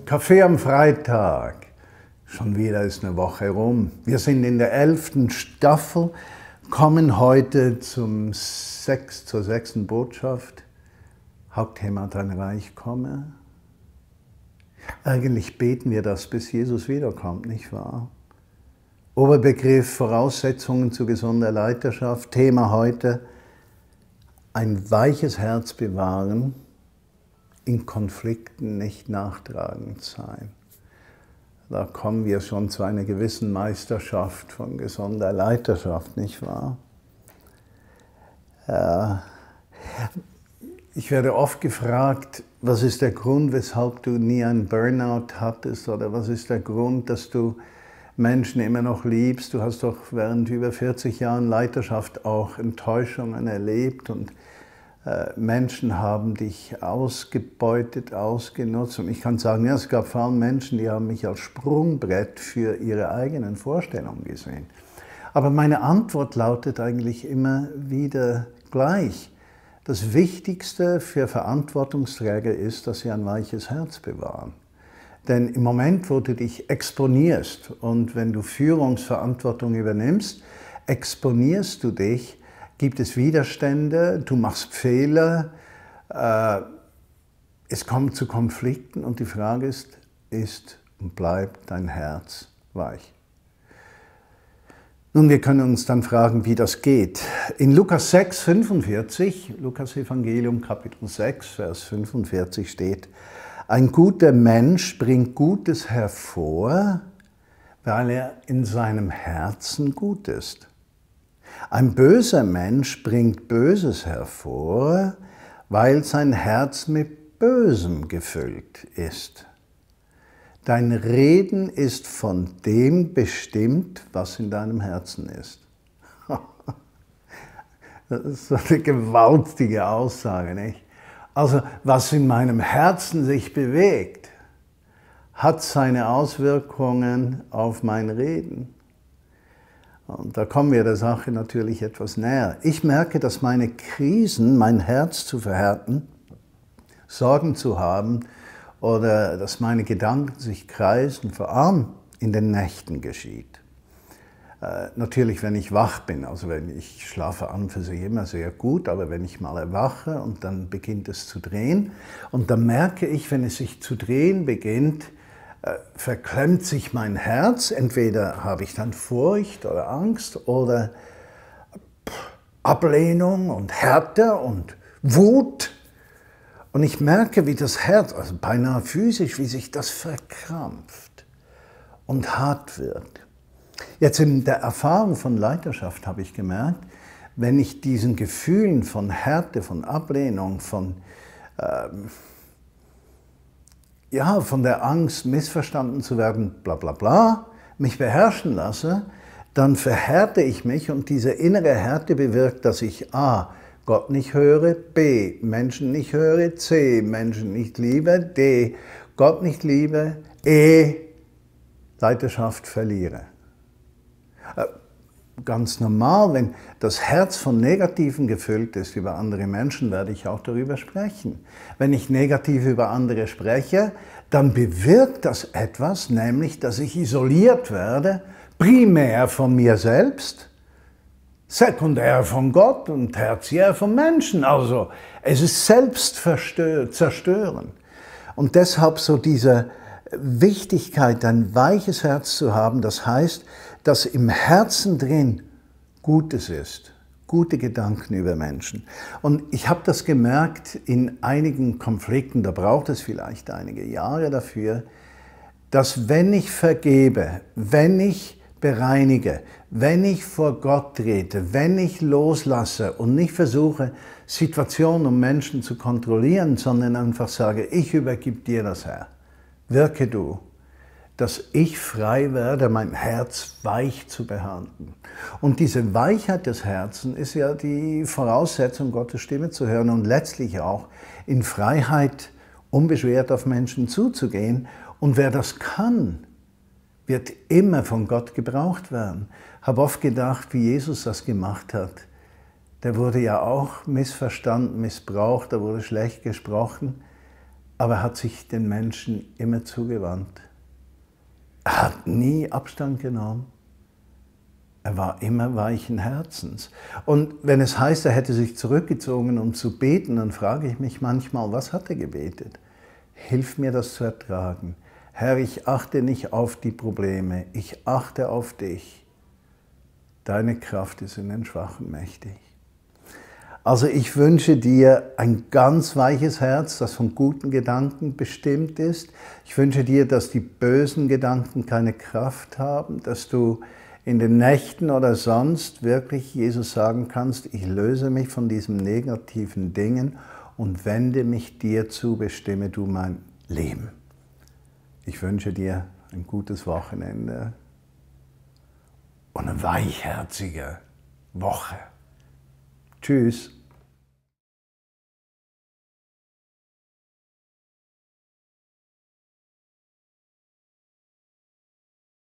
Kaffee am Freitag. Schon wieder ist eine Woche rum. Wir sind in der 11. Staffel, kommen heute zur 6. Botschaft. Hauptthema: Dein Reich komme. Eigentlich beten wir das, bis Jesus wiederkommt, nicht wahr? Oberbegriff: Voraussetzungen zu gesunder Leiterschaft. Thema heute: ein weiches Herz bewahren, in Konflikten nicht nachtragend sein. Da kommen wir schon zu einer gewissen Meisterschaft von gesunder Leiterschaft, nicht wahr? Ich werde oft gefragt, was ist der Grund, weshalb du nie einen Burnout hattest, oder was ist der Grund, dass du Menschen immer noch liebst? Du hast doch während über 40 Jahren Leiterschaft auch Enttäuschungen erlebt und Menschen haben dich ausgebeutet, ausgenutzt. Und ich kann sagen, ja, es gab vor allem Menschen, die haben mich als Sprungbrett für ihre eigenen Vorstellungen gesehen. Aber meine Antwort lautet eigentlich immer wieder gleich. Das Wichtigste für Verantwortungsträger ist, dass sie ein weiches Herz bewahren. Denn im Moment, wo du dich exponierst und wenn du Führungsverantwortung übernimmst, exponierst du dich, gibt es Widerstände, du machst Fehler, es kommt zu Konflikten und die Frage ist und bleibt dein Herz weich? Nun, wir können uns dann fragen, wie das geht. In Lukas 6, 45, Lukas Evangelium Kapitel 6, Vers 45 steht: Ein guter Mensch bringt Gutes hervor, weil er in seinem Herzen gut ist. Ein böser Mensch bringt Böses hervor, weil sein Herz mit Bösem gefüllt ist. Dein Reden ist von dem bestimmt, was in deinem Herzen ist. Das ist so eine gewaltige Aussage, nicht? Also, was in meinem Herzen sich bewegt, hat seine Auswirkungen auf mein Reden. Und da kommen wir der Sache natürlich etwas näher. Ich merke, dass meine Krisen, mein Herz zu verhärten, Sorgen zu haben oder dass meine Gedanken sich kreisen, vor allem in den Nächten geschieht. Natürlich, wenn ich wach bin, also wenn ich schlafe an für sich immer sehr gut, aber wenn ich mal erwache und dann beginnt es zu drehen und dann merke ich, wenn es sich zu drehen beginnt, verklemmt sich mein Herz, entweder habe ich dann Furcht oder Angst oder Ablehnung und Härte und Wut. Und ich merke, wie das Herz, also beinahe physisch, wie sich das verkrampft und hart wird. Jetzt in der Erfahrung von Leiterschaft habe ich gemerkt, wenn ich diesen Gefühlen von Härte, von Ablehnung, von der Angst, missverstanden zu werden, bla bla bla, mich beherrschen lasse, dann verhärte ich mich und diese innere Härte bewirkt, dass ich a. Gott nicht höre, b. Menschen nicht höre, c. Menschen nicht liebe, d. Gott nicht liebe, e. Leiterschaft verliere. Ganz normal, wenn das Herz von Negativen gefüllt ist über andere Menschen, werde ich auch darüber sprechen. Wenn ich negativ über andere spreche, dann bewirkt das etwas, nämlich, dass ich isoliert werde, primär von mir selbst, sekundär von Gott und tertiär von Menschen. Also es ist selbstzerstörend. Und deshalb so diese Wichtigkeit, ein weiches Herz zu haben, das heißt, dass im Herzen drin Gutes ist, gute Gedanken über Menschen. Und ich habe das gemerkt in einigen Konflikten, da braucht es vielleicht einige Jahre dafür, dass wenn ich vergebe, wenn ich bereinige, wenn ich vor Gott trete, wenn ich loslasse und nicht versuche, Situationen und Menschen zu kontrollieren, sondern einfach sage, ich übergebe dir das, Herr, wirke du, dass ich frei werde, mein Herz weich zu behandeln. Und diese Weichheit des Herzens ist ja die Voraussetzung, Gottes Stimme zu hören und letztlich auch in Freiheit unbeschwert auf Menschen zuzugehen. Und wer das kann, wird immer von Gott gebraucht werden. Ich habe oft gedacht, wie Jesus das gemacht hat. Der wurde ja auch missverstanden, missbraucht, da wurde schlecht gesprochen. aber er hat sich den Menschen immer zugewandt. Er hat nie Abstand genommen. Er war immer weichen Herzens. Und wenn es heißt, er hätte sich zurückgezogen, um zu beten, dann frage ich mich manchmal, was hat er gebetet? Hilf mir, das zu ertragen. Herr, ich achte nicht auf die Probleme, ich achte auf dich. Deine Kraft ist in den Schwachen mächtig. Also ich wünsche dir ein ganz weiches Herz, das von guten Gedanken bestimmt ist. Ich wünsche dir, dass die bösen Gedanken keine Kraft haben, dass du in den Nächten oder sonst wirklich Jesus sagen kannst, ich löse mich von diesen negativen Dingen und wende mich dir zu, bestimme du mein Leben. Ich wünsche dir ein gutes Wochenende und eine weichherzige Woche. Tschüss.